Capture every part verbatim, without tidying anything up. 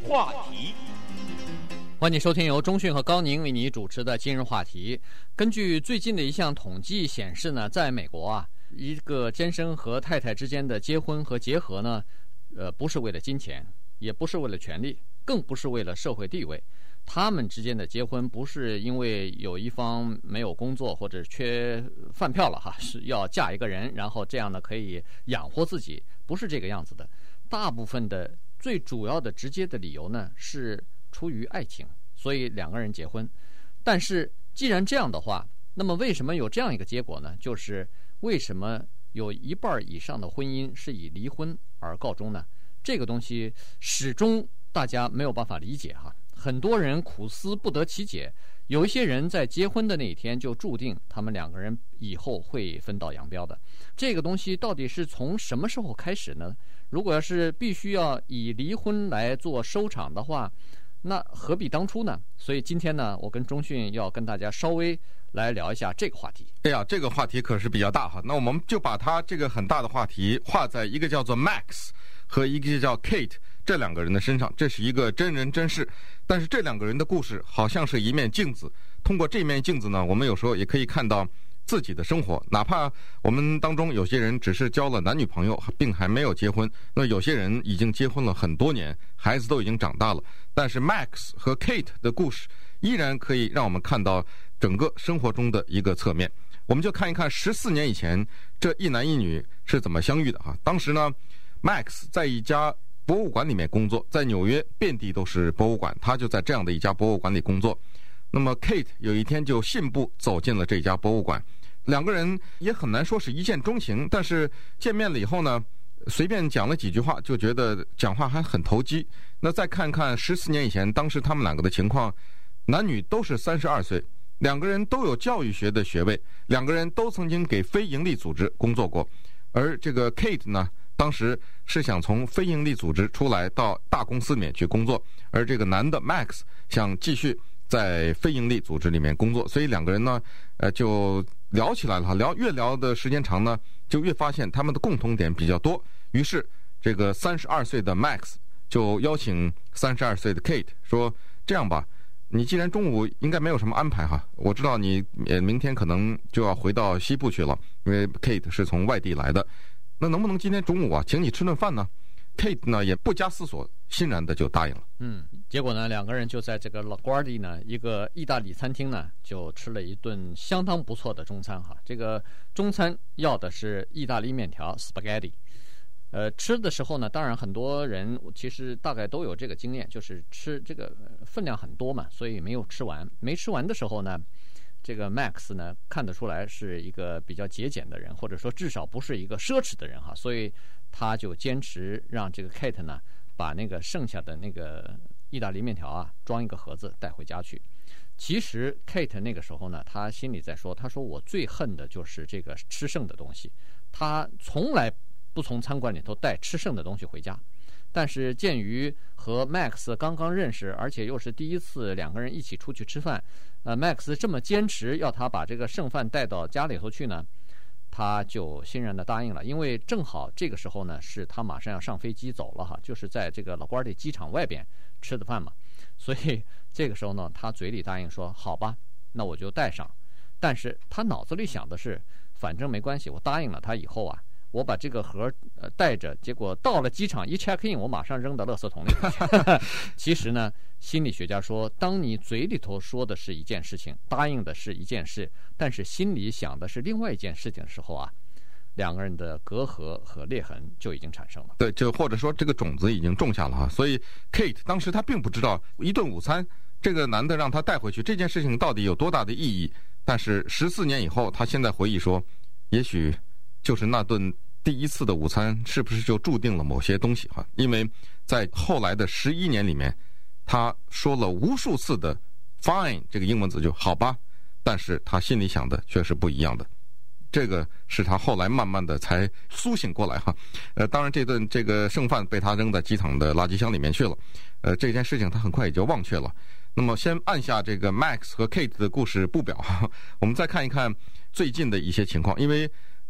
话题。 欢迎收听由钟讯和高宁为你主持的今日话题。根据最近的一项统计显示呢，在美国啊，一个先生和太太之间的结婚和结合呢，呃，不是为了金钱，也不是为了权利，更不是为了社会地位。他们之间的结婚不是因为有一方没有工作或者缺饭票了哈，是要嫁一个人，然后这样呢可以养活自己，不是这个样子的。大部分的最主要的直接的理由呢是出于爱情，所以两个人结婚。但是既然这样的话，那么为什么有这样一个结果呢？就是为什么有一半以上的婚姻是以离婚而告终呢？这个东西始终大家没有办法理解哈。很多人苦思不得其解，有一些人在结婚的那一天就注定他们两个人以后会分道扬镳的。这个东西到底是从什么时候开始呢？如果要是必须要以离婚来做收场的话，那何必当初呢？所以今天呢，我跟钟讯要跟大家稍微来聊一下这个话题。 哎呀，这个话题可是比较大哈。那我们就把它这个很大的话题画在一个叫做 Max 和一个叫 Kate 这两个人的身上。这是一个真人真事，但是这两个人的故事好像是一面镜子。通过这面镜子呢，我们有时候也可以看到自己的生活。哪怕我们当中有些人只是交了男女朋友，并还没有结婚，那有些人已经结婚了很多年，孩子都已经长大了，但是 Max 和 Kate 的故事依然可以让我们看到整个生活中的一个侧面。我们就看一看十四年以前这一男一女是怎么相遇的哈。当时呢 Max 在一家博物馆里面工作，在纽约遍地都是博物馆，他就在这样的一家博物馆里工作。那么 Kate 有一天就信步走进了这家博物馆，两个人也很难说是一见钟情，但是见面了以后呢，随便讲了几句话，就觉得讲话还很投机。那再看看十四年以前，当时他们两个的情况，男女都是三十二岁，两个人都有教育学的学位，两个人都曾经给非营利组织工作过。而这个 Kate 呢，当时是想从非营利组织出来到大公司里面去工作，而这个男的 Max 想继续在非营利组织里面工作，所以两个人呢，呃，就聊起来了。聊越聊的时间长呢，就越发现他们的共同点比较多。于是，这个三十二岁的 Max 就邀请三十二岁的 Kate 说：“这样吧，你既然中午应该没有什么安排哈，我知道你呃明天可能就要回到西部去了，因为 Kate 是从外地来的。那能不能今天中午啊，请你吃顿饭呢？” Kate 呢也不加思索，欣然的就答应了。 嗯，结果呢，两个人就在这个 LaGuardia 呢一个意大利餐厅呢，就吃了一顿相当不错的中餐哈。这个中餐要的是意大利面条 spaghetti。呃，吃的时候呢，当然很多人其实大概都有这个经验，就是吃这个分量很多嘛，所以没有吃完。没吃完的时候呢，这个 Max 呢看得出来是一个比较节俭的人，或者说至少不是一个奢侈的人哈，所以他就坚持让这个 Kate 呢把那个剩下的那个意大利面条啊装一个盒子带回家去。其实 Kate 那个时候呢，他心里在说，他说我最恨的就是这个吃剩的东西，他从来不从餐馆里头带吃剩的东西回家。但是鉴于和 Max 刚刚认识，而且又是第一次两个人一起出去吃饭，呃 Max 这么坚持要他把这个剩饭带到家里头去呢，他就欣然的答应了。因为正好这个时候呢，是他马上要上飞机走了哈，就是在这个 LaGuardia 机场外边吃的饭嘛，所以这个时候呢，他嘴里答应说好吧，那我就带上。但是他脑子里想的是，反正没关系，我答应了他以后啊，我把这个盒呃带着，结果到了机场一 check in， 我马上扔到垃圾桶里去。其实呢，心理学家说，当你嘴里头说的是一件事情，答应的是一件事，但是心里想的是另外一件事情的时候啊，两个人的隔阂和裂痕就已经产生了。 对，就或者说这个种子已经种下了哈。所以 Kate 当时她并不知道一顿午餐这个男的让她带回去这件事情到底有多大的意义。但是十四年以后，她现在回忆说，也许就是那顿第一次的午餐是不是就注定了某些东西哈？因为在后来的十一年里面，他说了无数次的 fine 这个英文字就好吧，但是他心里想的却是不一样的。这个是他后来慢慢的才苏醒过来哈。呃，当然这顿这个剩饭被他扔在机场的垃圾箱里面去了。呃，这件事情他很快也就忘却了。那么先按下这个 Max 和 Kate 的故事不表，我们再看一看最近的一些情况，因为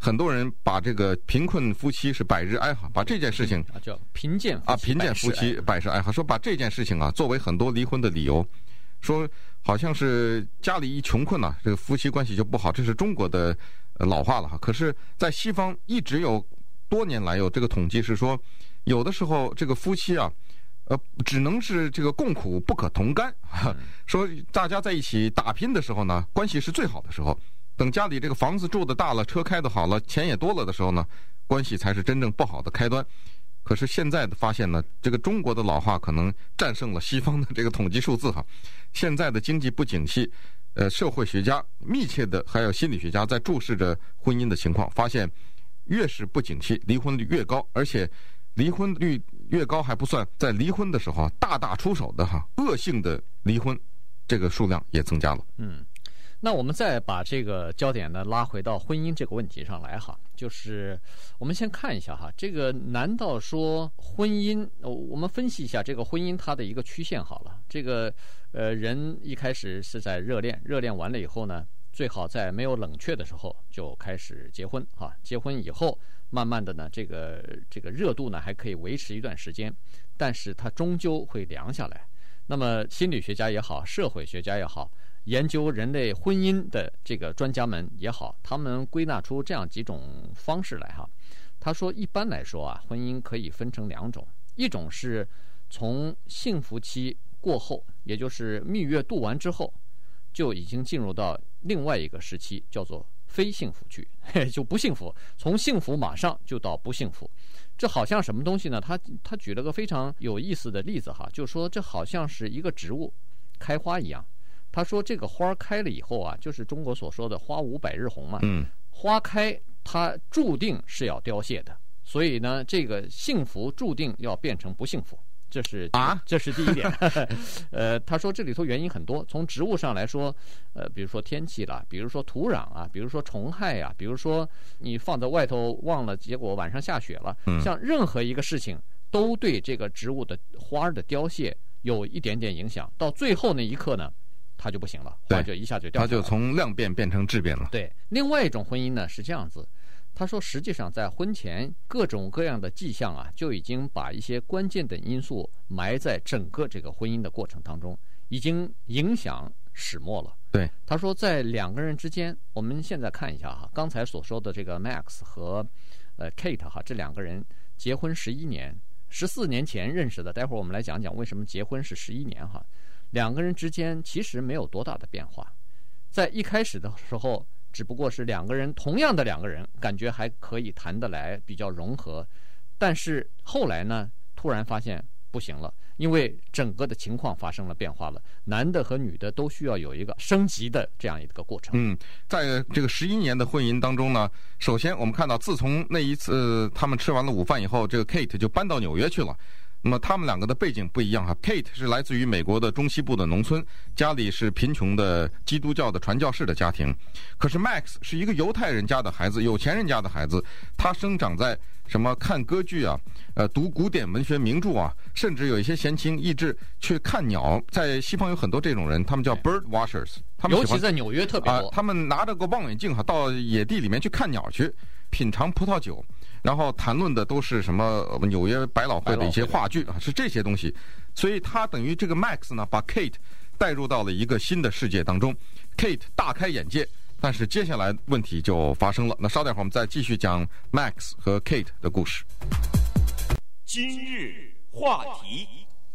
很多人把这个贫困夫妻是百日哀嚎，把这件事情啊叫贫贱啊贫贱夫妻百日哀嚎，说把这件事情啊作为很多离婚的理由，说好像是家里一穷困呐、啊，这个夫妻关系就不好，这是中国的老话了哈。可是，在西方一直有多年来有这个统计是说，有的时候这个夫妻啊。呃，只能是这个共苦不可同甘，说大家在一起打拼的时候呢，关系是最好的时候。等家里这个房子住的大了，车开的好了，钱也多了的时候呢，关系才是真正不好的开端。可是现在的发现呢，这个中国的老话可能战胜了西方的这个统计数字哈。现在的经济不景气，呃，社会学家密切的还有心理学家在注视着婚姻的情况，发现越是不景气，离婚率越高，而且离婚率越高还不算，在离婚的时候大打出手的哈恶性的离婚，这个数量也增加了。 嗯，那我们再把这个焦点呢拉回到婚姻这个问题上来哈，就是我们先看一下哈，这个难道说婚姻，我们分析一下这个婚姻它的一个曲线好了。这个呃人一开始是在热恋，热恋完了以后呢，最好在没有冷却的时候就开始结婚哈，结婚以后。慢慢的呢，这个这个热度呢还可以维持一段时间，但是它终究会凉下来。那么心理学家也好，社会学家也好，研究人类婚姻的这个专家们也好，他们归纳出这样几种方式来哈。他说，一般来说啊，婚姻可以分成两种，一种是从幸福期过后，也就是蜜月度完之后，就已经进入到另外一个时期，叫做非幸福区，就不幸福，从幸福马上就到不幸福。这好像什么东西呢？他他举了个非常有意思的例子哈，就是说这好像是一个植物开花一样。他说这个花开了以后啊，就是中国所说的花无百日红嘛。 嗯，花开它注定是要凋谢的，所以呢，这个幸福注定要变成不幸福。这是啊， 这是第一点。呃，他说这里头原因很多，从植物上来说，呃，比如说天气啦，比如说土壤啊，比如说虫害呀、啊，比如说你放在外头忘了，结果晚上下雪了， 嗯、 像任何一个事情都对这个植物的花的凋谢有一点点影响，到最后那一刻呢，它就不行了，花就一下就掉下来了， 它就从量变变成质变了。 对，另外一种婚姻呢是这样子。他说实际上在婚前各种各样的迹象啊，就已经把一些关键的因素埋在整个这个婚姻的过程当中，已经影响始末了。 对， 他说在两个人之间，我们现在看一下哈，刚才所说的这个 Max 和呃 Kate 哈，这两个人结婚十一年，十四年前认识的，待会儿我们来讲讲为什么结婚是十一年哈。两个人之间其实没有多大的变化，在一开始的时候只不过是两个人，同样的两个人，感觉还可以谈得来，比较融合。但是后来呢，突然发现不行了，因为整个的情况发生了变化了，男的和女的都需要有一个升级的这样一个过程。 嗯，在这个十一年的婚姻当中呢，首先我们看到，自从那一次他们吃完了午饭以后，这个 Kate 就搬到纽约去了。那么他们两个的背景不一样哈 ，Kate 是来自于美国的中西部的农村，家里是贫穷的基督教的传教士的家庭。可是 Max 是一个犹太人家的孩子，有钱人家的孩子，他生长在什么看歌剧啊，呃，读古典文学名著啊，甚至有一些闲情逸致去看鸟。在西方有很多这种人，他们叫 bird watchers， 他们尤其在纽约特别多、 呃。他们拿着个望远镜哈，到野地里面去看鸟去，品尝葡萄酒。然后谈论的都是什么纽约百老汇的一些话剧啊，是这些东西，所以他等于这个 Max 呢，把 Kate 带入到了一个新的世界当中 ，Kate 大开眼界，但是接下来问题就发生了。那稍等会儿我们再继续讲 Max 和 Kate 的故事。 今日话题，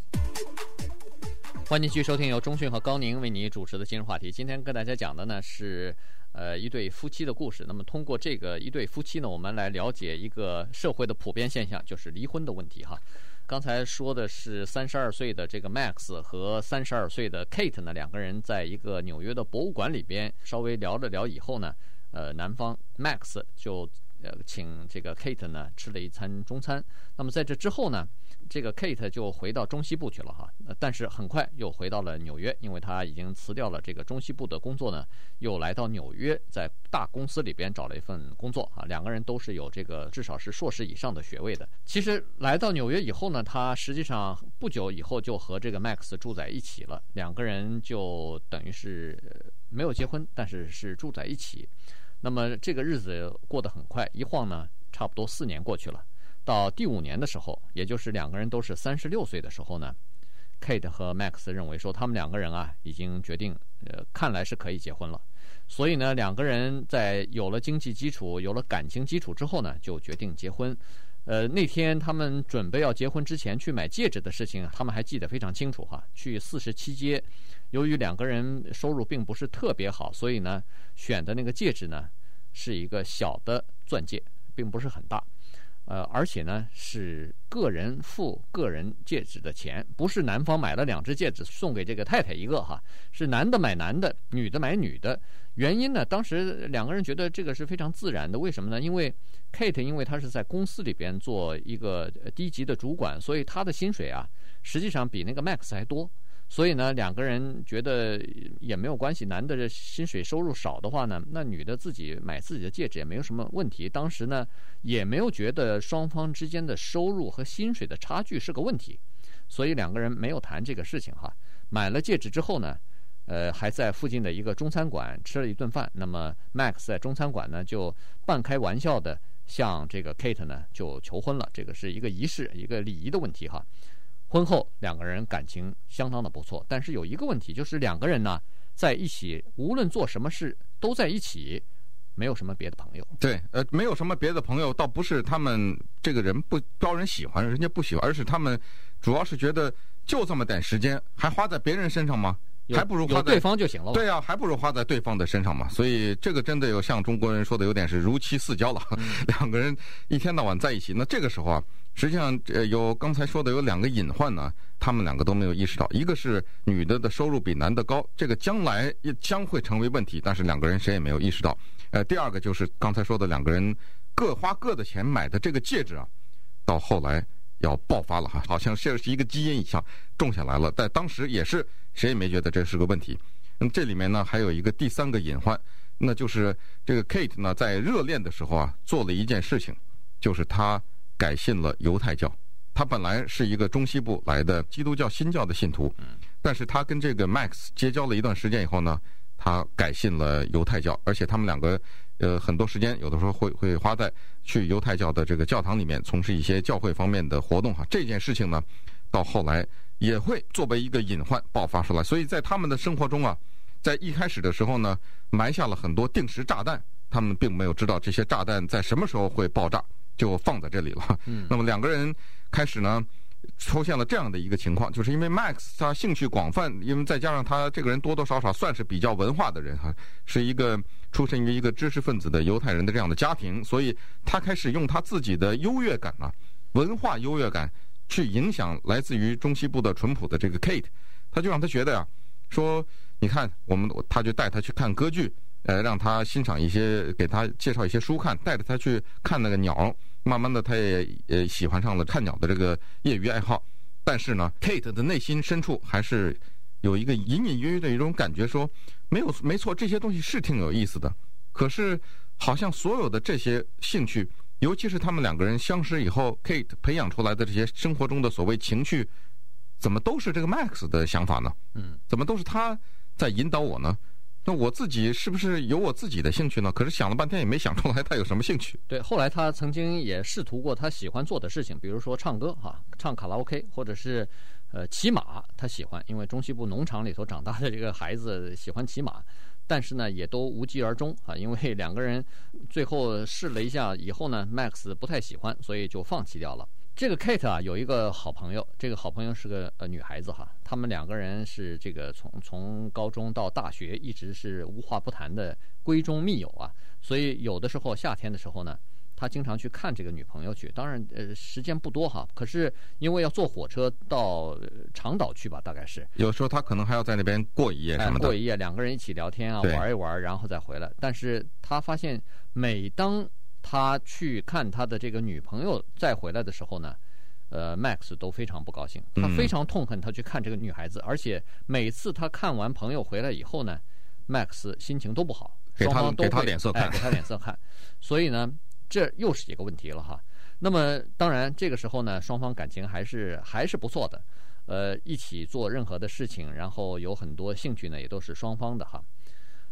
欢迎继续收听由钟迅和高宁为你主持的今日话题。今天跟大家讲的呢是。呃，一对夫妻的故事。那么通过这个一对夫妻呢，我们来了解一个社会的普遍现象，就是离婚的问题哈。刚才说的是三十二岁的这个 Max 和三十二岁的 Kate 呢，两个人在一个纽约的博物馆里边稍微聊了聊以后呢，呃，男方 Max 就呃请这个 Kate 呢吃了一餐中餐。那么在这之后呢，这个 Kate 就回到中西部去了哈，但是很快又回到了纽约，因为他已经辞掉了这个中西部的工作呢，又来到纽约，在大公司里边找了一份工作啊。两个人都是有这个至少是硕士以上的学位的。其实来到纽约以后呢，他实际上不久以后就和这个 Max 住在一起了，两个人就等于是没有结婚，但是是住在一起。 那么这个日子过得很快，一晃呢，差不多四年过去了。到第五年的时候，也就是两个人都是三十六岁的时候呢 ，Kate 和 Max 认为说，他们两个人啊，已经决定，呃，看来是可以结婚了。所以呢，两个人在有了经济基础、有了感情基础之后呢，就决定结婚。呃，那天他们准备要结婚之前去买戒指的事情，他们还记得非常清楚哈。去四十七街，由于两个人收入并不是特别好，所以呢，选的那个戒指呢是一个小的钻戒，并不是很大。呃，而且呢是个人付个人戒指的钱，不是男方买了两只戒指送给这个太太一个哈，是男的买男的，女的买女的。原因呢，当时两个人觉得这个是非常自然的，为什么呢？因为 Kate 因为她是在公司里边做一个低级的主管，所以她的薪水啊，实际上比那个 Max 还多。所以呢，两个人觉得也没有关系，男的薪水收入少的话呢，那女的自己买自己的戒指也没有什么问题。当时呢，也没有觉得双方之间的收入和薪水的差距是个问题，所以两个人没有谈这个事情哈。买了戒指之后呢，呃，还在附近的一个中餐馆吃了一顿饭。那么 Max 在中餐馆呢，就半开玩笑的向这个 Kate 呢就求婚了，这个是一个仪式、一个礼仪的问题哈。婚后两个人感情相当的不错，但是有一个问题，就是两个人呢在一起，无论做什么事都在一起，没有什么别的朋友。 对，呃，没有什么别的朋友，倒不是他们这个人不招人喜欢，人家不喜欢，而是他们主要是觉得就这么点时间，还花在别人身上吗？还不如花在有对方就行了。 对啊，还不如花在对方的身上嘛。所以这个真的有像中国人说的，有点是如漆似胶了。嗯、两个人一天到晚在一起，那这个时候啊，实际上呃有刚才说的有两个隐患呢，他们两个都没有意识到。一个是女的的收入比男的高，这个将来也将会成为问题，但是两个人谁也没有意识到。呃，第二个就是刚才说的两个人各花各的钱买的这个戒指啊，到后来要爆发了哈，好像是一个基因一样种下来了，但当时也是谁也没觉得这是个问题。那么这里面呢还有一个第三个隐患，那就是这个 Kate 呢在热恋的时候啊做了一件事情，就是她改信了犹太教。她本来是一个中西部来的基督教新教的信徒，但是她跟这个 Max 结交了一段时间以后呢，她改信了犹太教，而且他们两个呃很多时间有的时候会会花在去犹太教的这个教堂里面从事一些教会方面的活动哈。这件事情呢到后来也会作为一个隐患爆发出来，所以在他们的生活中啊，在一开始的时候呢埋下了很多定时炸弹，他们并没有知道这些炸弹在什么时候会爆炸，就放在这里了。嗯，那么两个人开始呢出现了这样的一个情况，就是因为 Max 他兴趣广泛，因为再加上他这个人多多少少算是比较文化的人哈，是一个出身于一个知识分子的犹太人的这样的家庭，所以他开始用他自己的优越感啊，文化优越感去影响来自于中西部的淳朴的这个 Kate， 他就让他觉得呀、啊，说你看我们，他就带他去看歌剧，呃，让他欣赏一些，给他介绍一些书看，带着他去看那个鸟。慢慢的，他也呃喜欢上了看鸟的这个业余爱好，但是呢 ，Kate 的内心深处还是有一个隐隐约约的一种感觉说，没有没错，这些东西是挺有意思的，可是好像所有的这些兴趣，尤其是他们两个人相识以后 ，Kate 培养出来的这些生活中的所谓情趣，怎么都是这个 Max 的想法呢？嗯，怎么都是他在引导我呢？那我自己是不是有我自己的兴趣呢？可是想了半天也没想出来他有什么兴趣。 对，后来他曾经也试图过他喜欢做的事情，比如说唱歌哈，唱卡拉 OK， 或者是呃骑马，他喜欢，因为中西部农场里头长大的这个孩子喜欢骑马，但是呢也都无疾而终啊，因为两个人最后试了一下以后呢 ，Max 不太喜欢，所以就放弃掉了。这个 Kate 啊有一个好朋友，这个好朋友是个呃女孩子哈，他们两个人是这个从从高中到大学一直是无话不谈的闺中密友啊，所以有的时候夏天的时候呢，他经常去看这个女朋友去，当然呃时间不多哈，可是因为要坐火车到长岛去吧，大概是有时候他可能还要在那边过一夜什么的， 哎、过一夜，两个人一起聊天啊，玩一玩，然后再回来。但是他发现每当他去看他的这个女朋友再回来的时候呢，呃 ，Max 都非常不高兴，他非常痛恨他去看这个女孩子，嗯、而且每次他看完朋友回来以后呢 ，Max 心情都不好， 给他双方都给他脸色看， 哎，给他脸色看，所以呢，这又是一个问题了哈。那么当然这个时候呢，双方感情还是还是不错的，呃，一起做任何的事情，然后有很多兴趣呢，也都是双方的哈。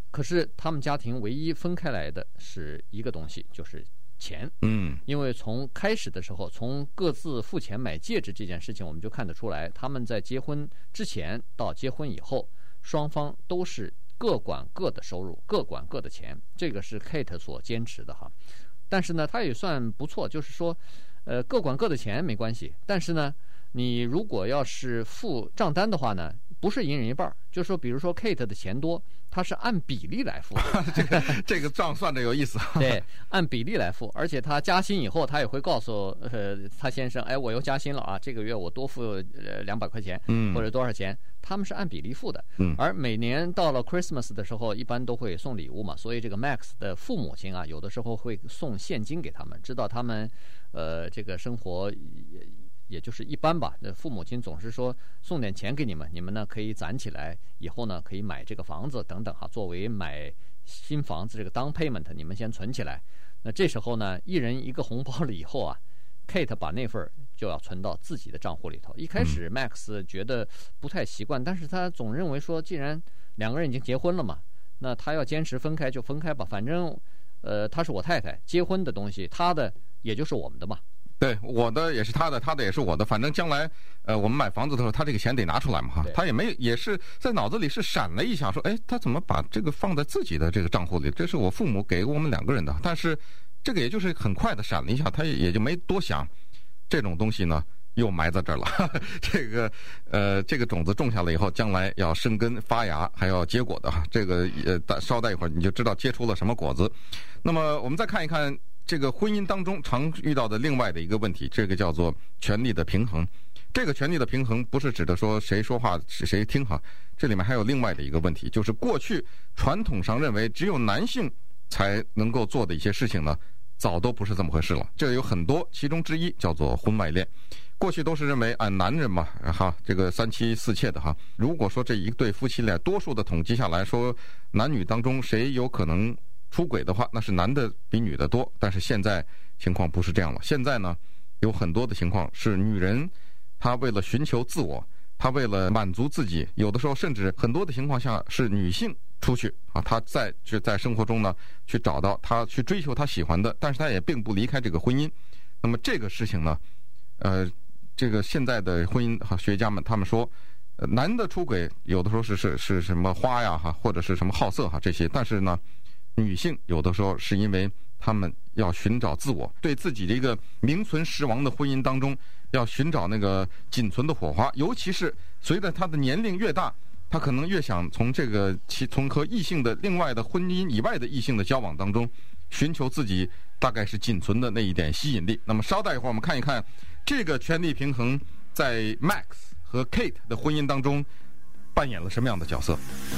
可是他们家庭唯一分开来的是一个东西，就是钱。 嗯， 因为从开始的时候，从各自付钱买戒指这件事情，我们就看得出来，他们在结婚之前到结婚以后，双方都是各管各的收入，各管各的钱，这个是 Kate 所坚持的哈。但是呢，他也算不错，就是说，呃，各管各的钱没关系，但是呢，你如果要是付账单的话呢，不是一人一半，就是说，比如说 Kate 的钱多，他是按比例来付这个这个账算的有意思。 对，按比例来付，而且他加薪以后，他也会告诉呃他先生，哎，我又加薪了啊，这个月我多付呃两百块钱， 嗯， 或者多少钱，他们是按比例付的。 嗯， 而每年到了 Christmas 的时候，一般都会送礼物嘛，所以这个 Max 的父母亲啊，有的时候会送现金给他们，知道他们呃这个生活也也就是一般吧。那父母亲总是说送点钱给你们，你们呢可以攒起来，以后呢可以买这个房子等等哈，作为买新房子这个 down payment， 你们先存起来。那这时候呢，一人一个红包了以后啊 ，Kate 把那份就要存到自己的账户里头。一开始 Max 觉得不太习惯，但是他总认为说，既然两个人已经结婚了嘛，那他要坚持分开就分开吧，反正呃她是我太太，结婚的东西她的也就是我们的嘛。 对，我的也是他的，他的也是我的，反正将来，呃，我们买房子的时候，他这个钱得拿出来嘛，哈，他也没，也是在脑子里是闪了一下，说，哎，他怎么把这个放在自己的这个账户里？这是我父母给我们两个人的，但是这个也就是很快的闪了一下，他也就没多想，这种东西呢，又埋在这儿了。这个，呃，这个种子种下了以后，将来要生根发芽，还要结果的哈。这个呃，稍待一会儿你就知道结出了什么果子。那么我们再看一看。这个婚姻当中常遇到的另外的一个问题，这个叫做权力的平衡。这个权力的平衡不是指的说谁说话是谁听哈，这里面还有另外的一个问题，就是过去传统上认为只有男性才能够做的一些事情呢，早都不是这么回事了。这有很多，其中之一叫做婚外恋。过去都是认为啊，男人嘛，哈，这个三妻四妾的哈。如果说这一对夫妻俩，多数的统计下来说，男女当中谁有可能出轨的话，那是男的比女的多。但是现在情况不是这样了，现在呢，有很多的情况是女人她为了寻求自我，她为了满足自己，有的时候甚至很多的情况下是女性出去啊，她在去在生活中呢去找到她去追求她喜欢的，但是她也并不离开这个婚姻。那么这个事情呢，呃，这个现在的婚姻学家们他们说，呃，男的出轨有的时候是是是什么花呀哈，或者是什么好色哈这些，但是呢。女性有的时候是因为她们要寻找自我，对自己的一个名存实亡的婚姻当中要寻找那个仅存的火花，尤其是随着她的年龄越大，她可能越想从这个其从和异性的另外的婚姻以外的异性的交往当中寻求自己大概是仅存的那一点吸引力。那么稍待一会儿我们看一看这个权力平衡在 Max 和 Kate 的婚姻当中扮演了什么样的角色。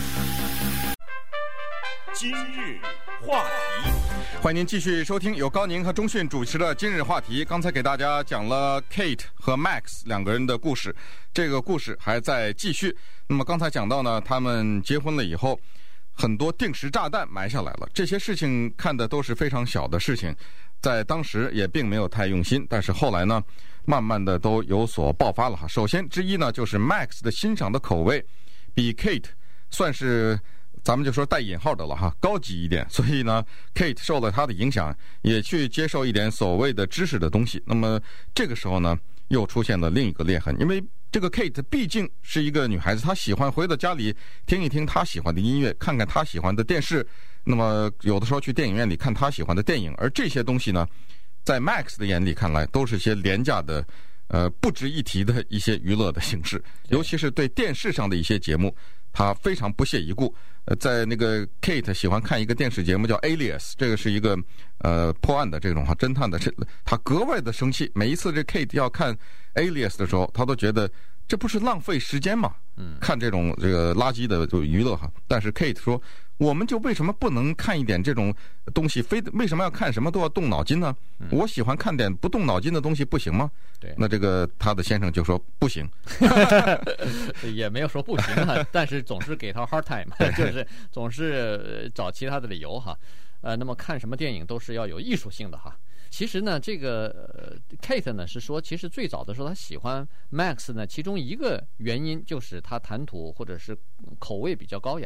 今日话题， 欢迎您继续收听由高宁和钟迅主持的今日话题。刚才给大家讲了 Kate 和 Max 两个人的故事，这个故事还在继续。那么刚才讲到呢，他们结婚了以后，很多定时炸弹埋下来了。这些事情看的都是非常小的事情，在当时也并没有太用心，但是后来呢，慢慢的都有所爆发了哈。首先之一呢，就是 Max 的欣赏的口味比 Kate 算是咱们就说带引号的了哈，高级一点。所以呢 Kate 受了他的影响，也去接受一点所谓的知识的东西。那么这个时候呢，又出现了另一个裂痕，因为这个 Kate 毕竟是一个女孩子，她喜欢回到家里听一听她喜欢的音乐，看看她喜欢的电视，那么有的时候去电影院里看她喜欢的电影。而这些东西呢，在 Max 的眼里看来都是些廉价的呃不值一提的一些娱乐的形式，尤其是对电视上的一些节目他非常不屑一顾。呃，在那个 Kate 喜欢看一个电视节目叫 Alias， 这个是一个呃破案的这种哈侦探的，这他格外的生气。每一次这 Kate 要看 Alias 的时候，他都觉得这不是浪费时间吗？嗯，看这种这个垃圾的就娱乐哈。但是 Kate 说，我们就为什么不能看一点这种东西？非为什么要看什么都要动脑筋呢？嗯、我喜欢看点不动脑筋的东西，不行吗？ 对， 那这个他的先生就说不行， 也没有说不行啊，但是总是给他 hard time， 就是总是找其他的理由哈。呃，那么看什么电影都是要有艺术性的哈。其实呢，这个、呃、Kate 呢是说，其实最早的时候他喜欢 Max 呢，其中一个原因就是他谈吐或者是口味比较高雅。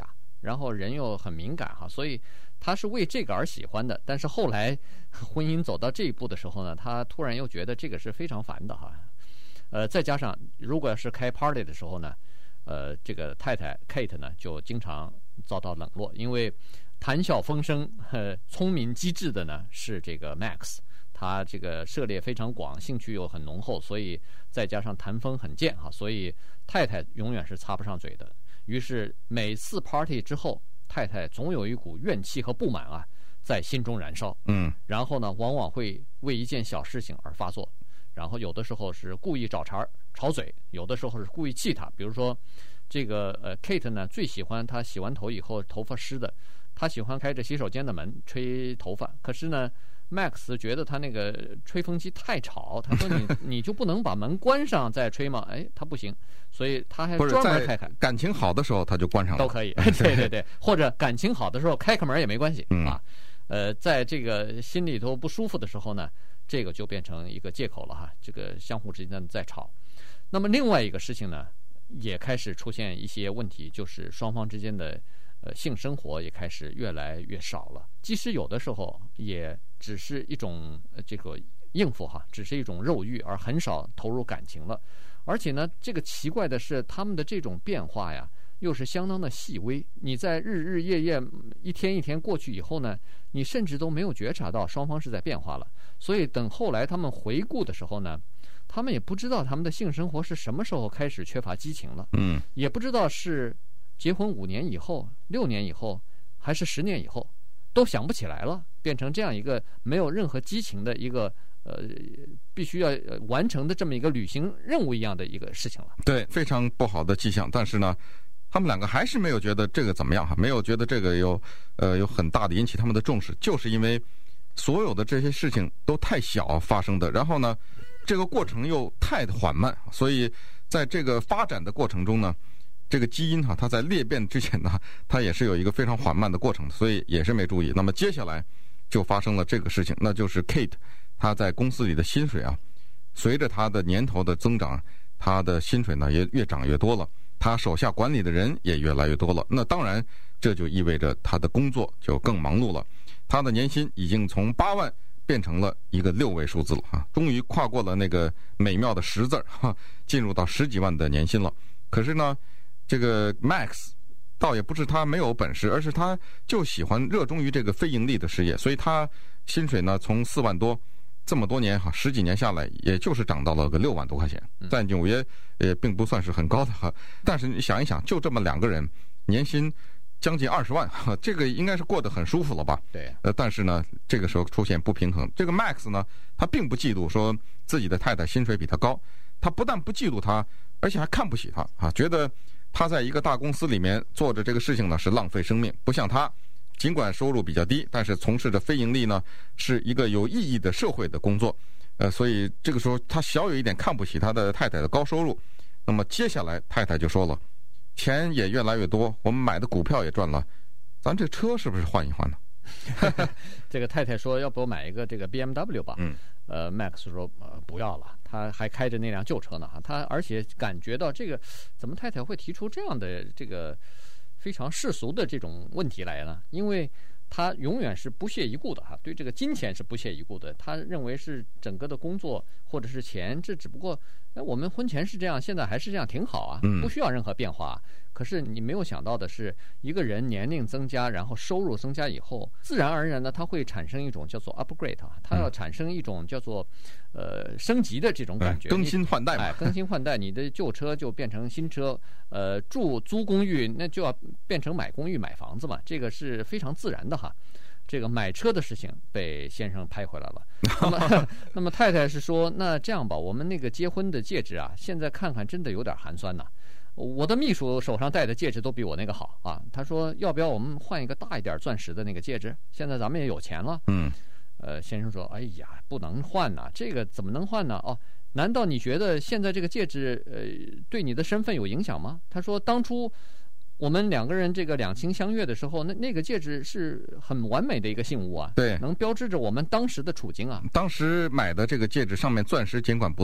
然后人又很敏感哈，所以他是为这个而喜欢的。但是后来婚姻走到这一步的时候呢，他突然又觉得这个是非常烦的哈。呃，再加上如果是开 party 的时候呢，呃，这个太太 Kate 呢就经常遭到冷落，因为谈笑风生、呃、聪明机智的呢是这个 Max。他这个涉猎非常广，兴趣又很浓厚，所以再加上谈风很贱哈，所以太太永远是插不上嘴的。于是每次 party 之后，太太总有一股怨气和不满啊在心中燃烧。 嗯， 然后呢，往往会为一件小事情而发作，然后有的时候是故意找茬吵嘴，有的时候是故意气他。比如说，这个呃 Kate 呢最喜欢他洗完头以后头发湿的，他喜欢开着洗手间的门吹头发，可是呢。Max 觉得他那个吹风机太吵，他说你你就不能把门关上再吹吗？哎，他不行，所以他还专门开开。 感情好的时候他就关上了， 都可以。对对对，或者感情好的时候开个门也没关系、嗯、啊。呃，在这个心里头不舒服的时候呢，这个就变成一个借口了哈。这个相互之间在吵。那么另外一个事情呢，也开始出现一些问题，就是双方之间的。呃，性生活也开始越来越少了，即使有的时候也只是一种、呃、这个应付哈，只是一种肉欲，而很少投入感情了。而且呢，这个奇怪的是，他们的这种变化呀，又是相当的细微。你在日日夜夜、一天一天过去以后呢，你甚至都没有觉察到双方是在变化了。所以等后来他们回顾的时候呢，他们也不知道他们的性生活是什么时候开始缺乏激情了， 嗯， 也不知道是。结婚五年以后、六年以后，还是十年以后，都想不起来了，变成这样一个没有任何激情的一个呃，必须要完成的这么一个旅行任务一样的一个事情了。 对，非常不好的迹象。但是呢，他们两个还是没有觉得这个怎么样哈，没有觉得这个有呃有很大的引起他们的重视，就是因为所有的这些事情都太小发生的，然后呢，这个过程又太缓慢，所以在这个发展的过程中呢。这个基因哈，它在裂变之前呢，它也是有一个非常缓慢的过程，所以也是没注意。那么接下来就发生了这个事情，那就是 Kate 她在公司里的薪水啊，随着她的年头的增长，她的薪水呢也越涨越多了，她手下管理的人也越来越多了。那当然，这就意味着她的工作就更忙碌了。她的年薪已经从八万变成了一个六位数字了啊，终于跨过了那个美妙的十字哈，进入到十几万的年薪了。可是呢。这个 Max 倒也不是他没有本事，而是他就喜欢热衷于这个非盈利的事业，所以他薪水呢从四万多这么多年哈十几年下来，也就是涨到了个六万多块钱，在纽约也并不算是很高的哈。但是你想一想，就这么两个人，年薪将近二十万，这个应该是过得很舒服了吧？ 对。 呃，但是呢，这个时候出现不平衡。这个 Max 呢，他并不嫉妒说自己的太太薪水比他高，他不但不嫉妒他，而且还看不起他啊，觉得。他在一个大公司里面做着这个事情呢，是浪费生命。不像他，尽管收入比较低，但是从事着非盈利呢，是一个有意义的社会的工作。呃，所以这个时候他小有一点看不起他的太太的高收入。那么接下来太太就说了，钱也越来越多，我们买的股票也赚了，咱这车是不是换一换呢？ 这个太太说，要不我买一个这个 B M W 吧？嗯。呃 ，Max 说呃不要了，他还开着那辆旧车呢哈，他而且感觉到这个怎么太太会提出这样的这个非常世俗的这种问题来呢？因为他永远是不屑一顾的哈，对这个金钱是不屑一顾的，他认为是整个的工作或者是钱，这只不过哎我们婚前是这样，现在还是这样挺好啊，不需要任何变化。可是你没有想到的是，一个人年龄增加，然后收入增加以后，自然而然呢，他会产生一种叫做 upgrade 啊，他要产生一种叫做呃升级的这种感觉， 更新换代嘛， 哎，更新换代，你的旧车就变成新车，呃，住租公寓那就要变成买公寓买房子嘛，这个是非常自然的哈。这个买车的事情被先生拍回来了。那么，那么太太是说，那这样吧，我们那个结婚的戒指啊，现在看看真的有点寒酸呐。我的秘书手上戴的戒指都比我那个好啊。他说，要不要我们换一个大一点钻石的那个戒指？现在咱们也有钱了。 嗯。 呃，先生说，哎呀，不能换呐，这个怎么能换呢？哦，难道你觉得现在这个戒指呃对你的身份有影响吗？他说，当初我们两个人这个两情相悦的时候，那那个戒指是很完美的一个信物啊， 对， 能标志着我们当时的处境啊。 当时买的这个戒指上面钻石尽管不多，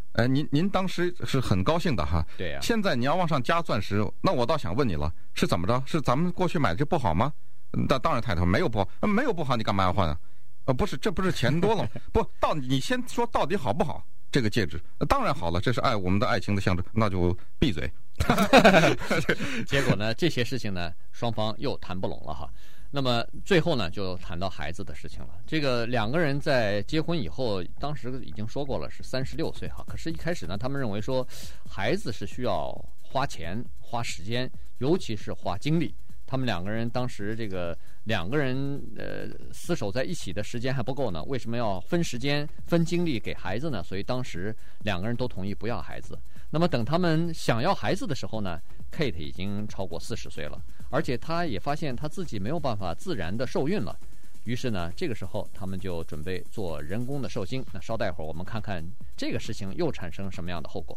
呃，您您当时是很高兴的哈。 对呀、啊。 现在你要往上加钻石，那我倒想问你了，是怎么着？是咱们过去买这不好吗？那当然太太没有不好，没有不好，你干嘛要换啊？呃，不是，这不是钱多了吗？不，到你先说到底好不好？这个戒指当然好了，这是爱我们的爱情的象征，那就闭嘴。 结果呢，这些事情呢，双方又谈不拢了哈。那么最后呢，就谈到孩子的事情了。这个两个人在结婚以后，当时已经说过了是三十六岁哈。可是，一开始呢，他们认为说，孩子是需要花钱、花时间，尤其是花精力。他们两个人当时这个两个人呃厮守在一起的时间还不够呢，为什么要分时间、分精力给孩子呢？所以当时两个人都同意不要孩子。那么等他们想要孩子的时候呢 ，Kate 已经超过四十岁了，而且她也发现她自己没有办法自然的受孕了。于是呢，这个时候他们就准备做人工的受精。那稍待会儿我们看看这个事情又产生什么样的后果。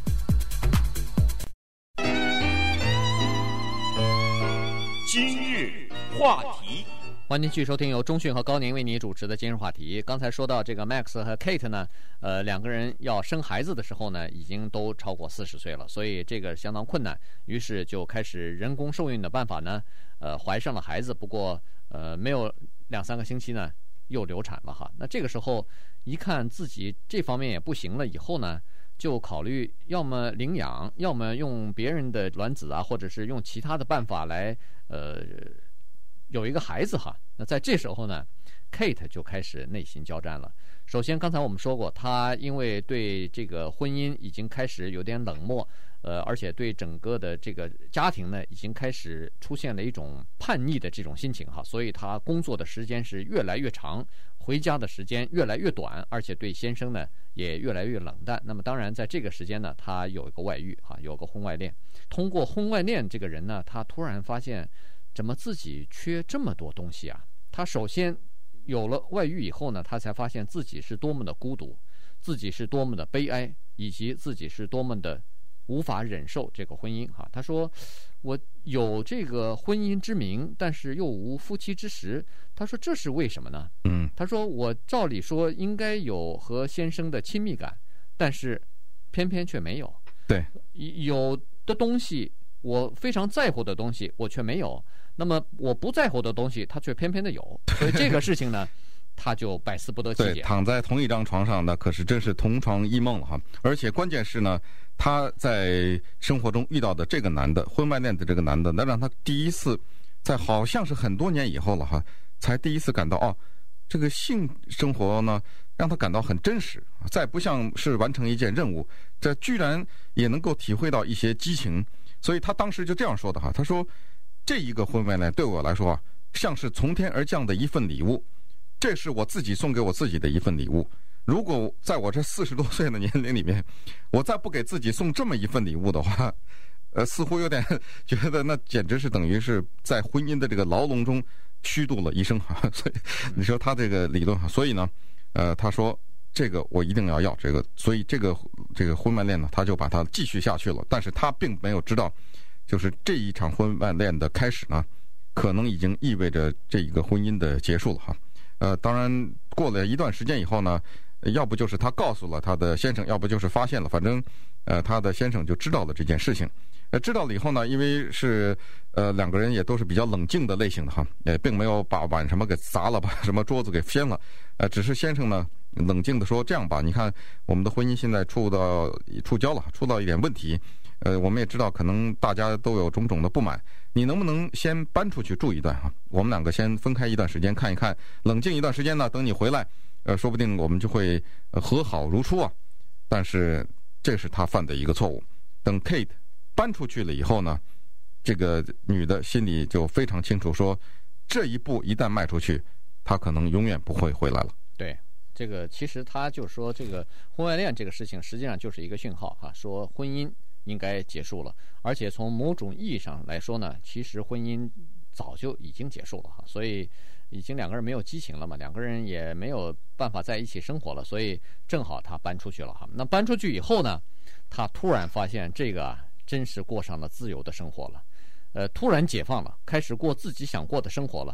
今日话题， 欢迎继续收听由中讯和高宁为你主持的今日话题。刚才说到这个 Max 和 Kate 呢，呃，两个人要生孩子的时候呢，已经都超过四十岁了，所以这个相当困难。于是就开始人工受孕的办法呢，呃，怀上了孩子，不过呃，没有两三个星期呢，又流产了哈。那这个时候一看自己这方面也不行了，以后呢，就考虑要么领养，要么用别人的卵子啊，或者是用其他的办法来呃。有一个孩子哈，那在这时候呢 ，Kate 就开始内心交战了。首先，刚才我们说过，她因为对这个婚姻已经开始有点冷漠，呃，而且对整个的这个家庭呢，已经开始出现了一种叛逆的这种心情哈，所以她工作的时间是越来越长，回家的时间越来越短，而且对先生呢也越来越冷淡。那么当然，在这个时间呢，她有一个外遇哈，有个婚外恋。通过婚外恋这个人呢，他突然发现，怎么自己缺这么多东西啊？他首先有了外遇以后呢，他才发现自己是多么的孤独，自己是多么的悲哀，以及自己是多么的无法忍受这个婚姻哈。他说，我有这个婚姻之名，但是又无夫妻之实。他说这是为什么呢？ 嗯， 他说我照理说应该有和先生的亲密感，但是偏偏却没有。 对， 有的东西我非常在乎的东西我却没有，那么我不在乎的东西他却偏偏的有，所以这个事情呢他就百思不得其解。 对，躺在同一张床上那可是真是同床异梦了哈。而且关键是呢，他在生活中遇到的这个男的，婚外恋的这个男的，那让他第一次在好像是很多年以后了哈，才第一次感到哦，这个性生活呢让他感到很真实，再不像是完成一件任务，这居然也能够体会到一些激情。所以他当时就这样说的哈，他说这一个婚外恋对我来说啊，像是从天而降的一份礼物，这是我自己送给我自己的一份礼物。如果在我这四十多岁的年龄里面，我再不给自己送这么一份礼物的话，呃，似乎有点觉得那简直是等于是在婚姻的这个牢笼中虚度了一生哈。所以你说他这个理论哈，所以呢，呃，他说这个我一定要要这个，所以这个这个婚外恋呢，他就把它继续下去了。但是他并没有知道，就是这一场婚外恋的开始呢，可能已经意味着这一个婚姻的结束了哈。呃，当然过了一段时间以后呢，要不就是他告诉了他的先生，要不就是发现了，反正呃他的先生就知道了这件事情。呃，知道了以后呢，因为是呃两个人也都是比较冷静的类型的哈，也并没有把碗什么给砸了，把什么桌子给掀了，呃，只是先生呢冷静的说，这样吧，你看我们的婚姻现在触到触礁了，触到一点问题，呃，我们也知道可能大家都有种种的不满，你能不能先搬出去住一段哈？我们两个先分开一段时间看一看，冷静一段时间呢，等你回来，呃，说不定我们就会和好如初啊。但是这是他犯的一个错误。等 Kate 搬出去了以后呢，这个女的心里就非常清楚说，这一步一旦迈出去，她可能永远不会回来了。 对，这个其实他就说，这个婚外恋这个事情实际上就是一个讯号哈，说婚姻应该结束了。而且从某种意义上来说呢，其实婚姻早就已经结束了哈，所以已经两个人没有激情了嘛，两个人也没有办法在一起生活了，所以正好他搬出去了哈。那搬出去以后呢，他突然发现这个啊，真是过上了自由的生活了，呃，突然解放了，开始过自己想过的生活了。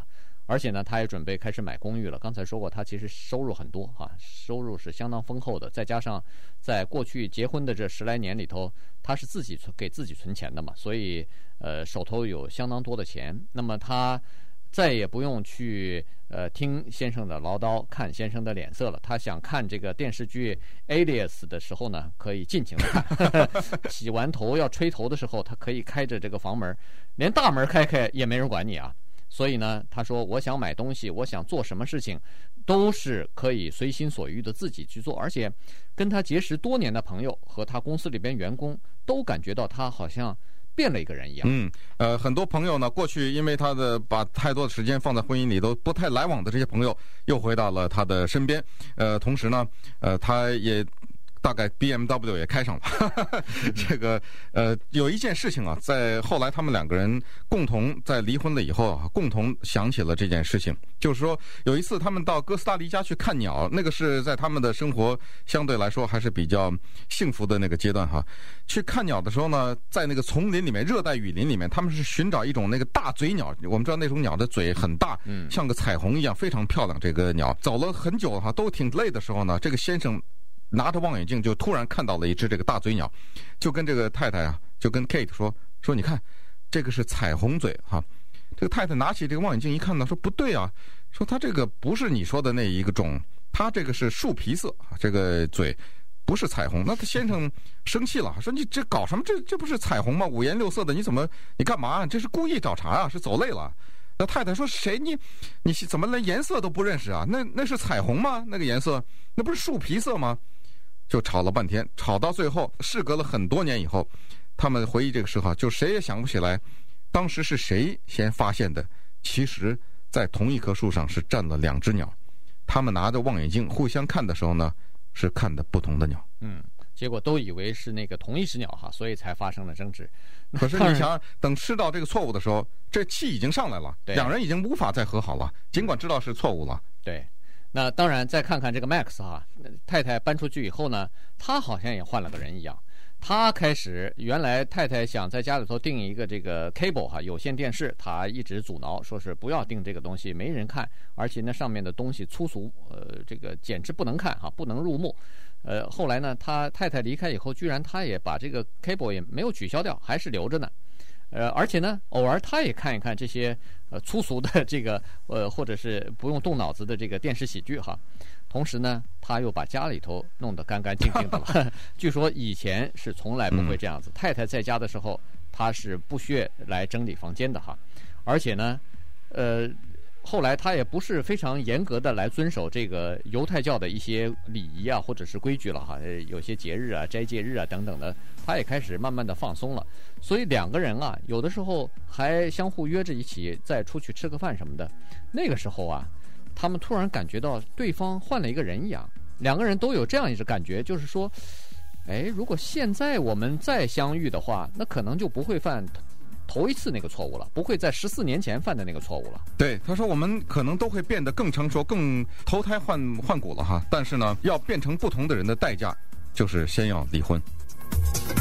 而且呢，他也准备开始买公寓了。刚才说过，他其实收入很多哈，收入是相当丰厚的。再加上在过去结婚的这十来年里头，他是自己存给自己存钱的嘛，所以呃手头有相当多的钱。那么他再也不用去呃听先生的唠叨，看先生的脸色了。他想看这个电视剧《Alias》的时候呢，可以尽情的看。洗完头要吹头的时候，他可以开着这个房门，连大门开开也没人管你啊。所以呢，他说我想买东西，我想做什么事情，都是可以随心所欲的自己去做。而且跟他结识多年的朋友和他公司里边员工都感觉到他好像变了一个人一样。 嗯，呃，很多朋友呢，过去因为他的把太多的时间放在婚姻里，都不太来往的这些朋友，又回到了他的身边。呃，同时呢，呃，他也大概 B M W 也开上了。这个呃，有一件事情啊，在后来他们两个人共同在离婚了以后啊，共同想起了这件事情，就是说有一次他们到哥斯达黎加去看鸟，那个是在他们的生活相对来说还是比较幸福的那个阶段哈。去看鸟的时候呢，在那个丛林里面，热带雨林里面，他们是寻找一种那个大嘴鸟。我们知道那种鸟的嘴很大，嗯，像个彩虹一样，非常漂亮。这个鸟走了很久哈，都挺累的时候呢，这个先生拿着望远镜就突然看到了一只这个大嘴鸟，就跟这个太太啊，就跟 Kate 说说你看，这个是彩虹嘴哈。这个太太拿起这个望远镜一看呢，说不对啊，说它这个不是你说的那一个种，它这个是树皮色，这个嘴不是彩虹。那他先生生气了，说你这搞什么？这这不是彩虹吗？五颜六色的，你怎么你干嘛？这是故意找茬啊？是走累了？那太太说谁你你怎么连颜色都不认识啊？那那是彩虹吗？那个颜色那不是树皮色吗？就吵了半天，吵到最后，事隔了很多年以后，他们回忆这个事哈，就谁也想不起来，当时是谁先发现的。其实，在同一棵树上是站了两只鸟，他们拿着望远镜互相看的时候呢，是看的不同的鸟。 嗯，结果都以为是那个同一只鸟哈，所以才发生了争执。 可是你想，等吃到这个错误的时候，这气已经上来了，两人已经无法再和好了，尽管知道是错误了。 对。那当然，再看看这个 Max 哈，太太搬出去以后呢，他好像也换了个人一样。他开始原来太太想在家里头订一个这个 cable 哈有线电视，他一直阻挠，说是不要订这个东西，没人看，而且那上面的东西粗俗，呃，这个简直不能看哈，不能入目。呃，后来呢，他太太离开以后，居然他也把这个 cable 也没有取消掉，还是留着呢。呃，而且呢，偶尔他也看一看这些呃粗俗的这个呃，或者是不用动脑子的这个电视喜剧哈。同时呢，他又把家里头弄得干干净净的了。据说以前是从来不会这样子，太太在家的时候，他是不屑来整理房间的哈。而且呢，呃，后来他也不是非常严格的来遵守这个犹太教的一些礼仪啊，或者是规矩了哈。有些节日啊、斋戒日啊等等的，他也开始慢慢的放松了。所以两个人啊，有的时候还相互约着一起再出去吃个饭什么的。那个时候啊，他们突然感觉到对方换了一个人一样。两个人都有这样一种感觉，就是说，哎，如果现在我们再相遇的话，那可能就不会犯头一次那个错误了，不会在十四年前犯的那个错误了。 对，他说我们可能都会变得更成熟、更投胎换换骨了哈。但是呢，要变成不同的人的代价，就是先要离婚。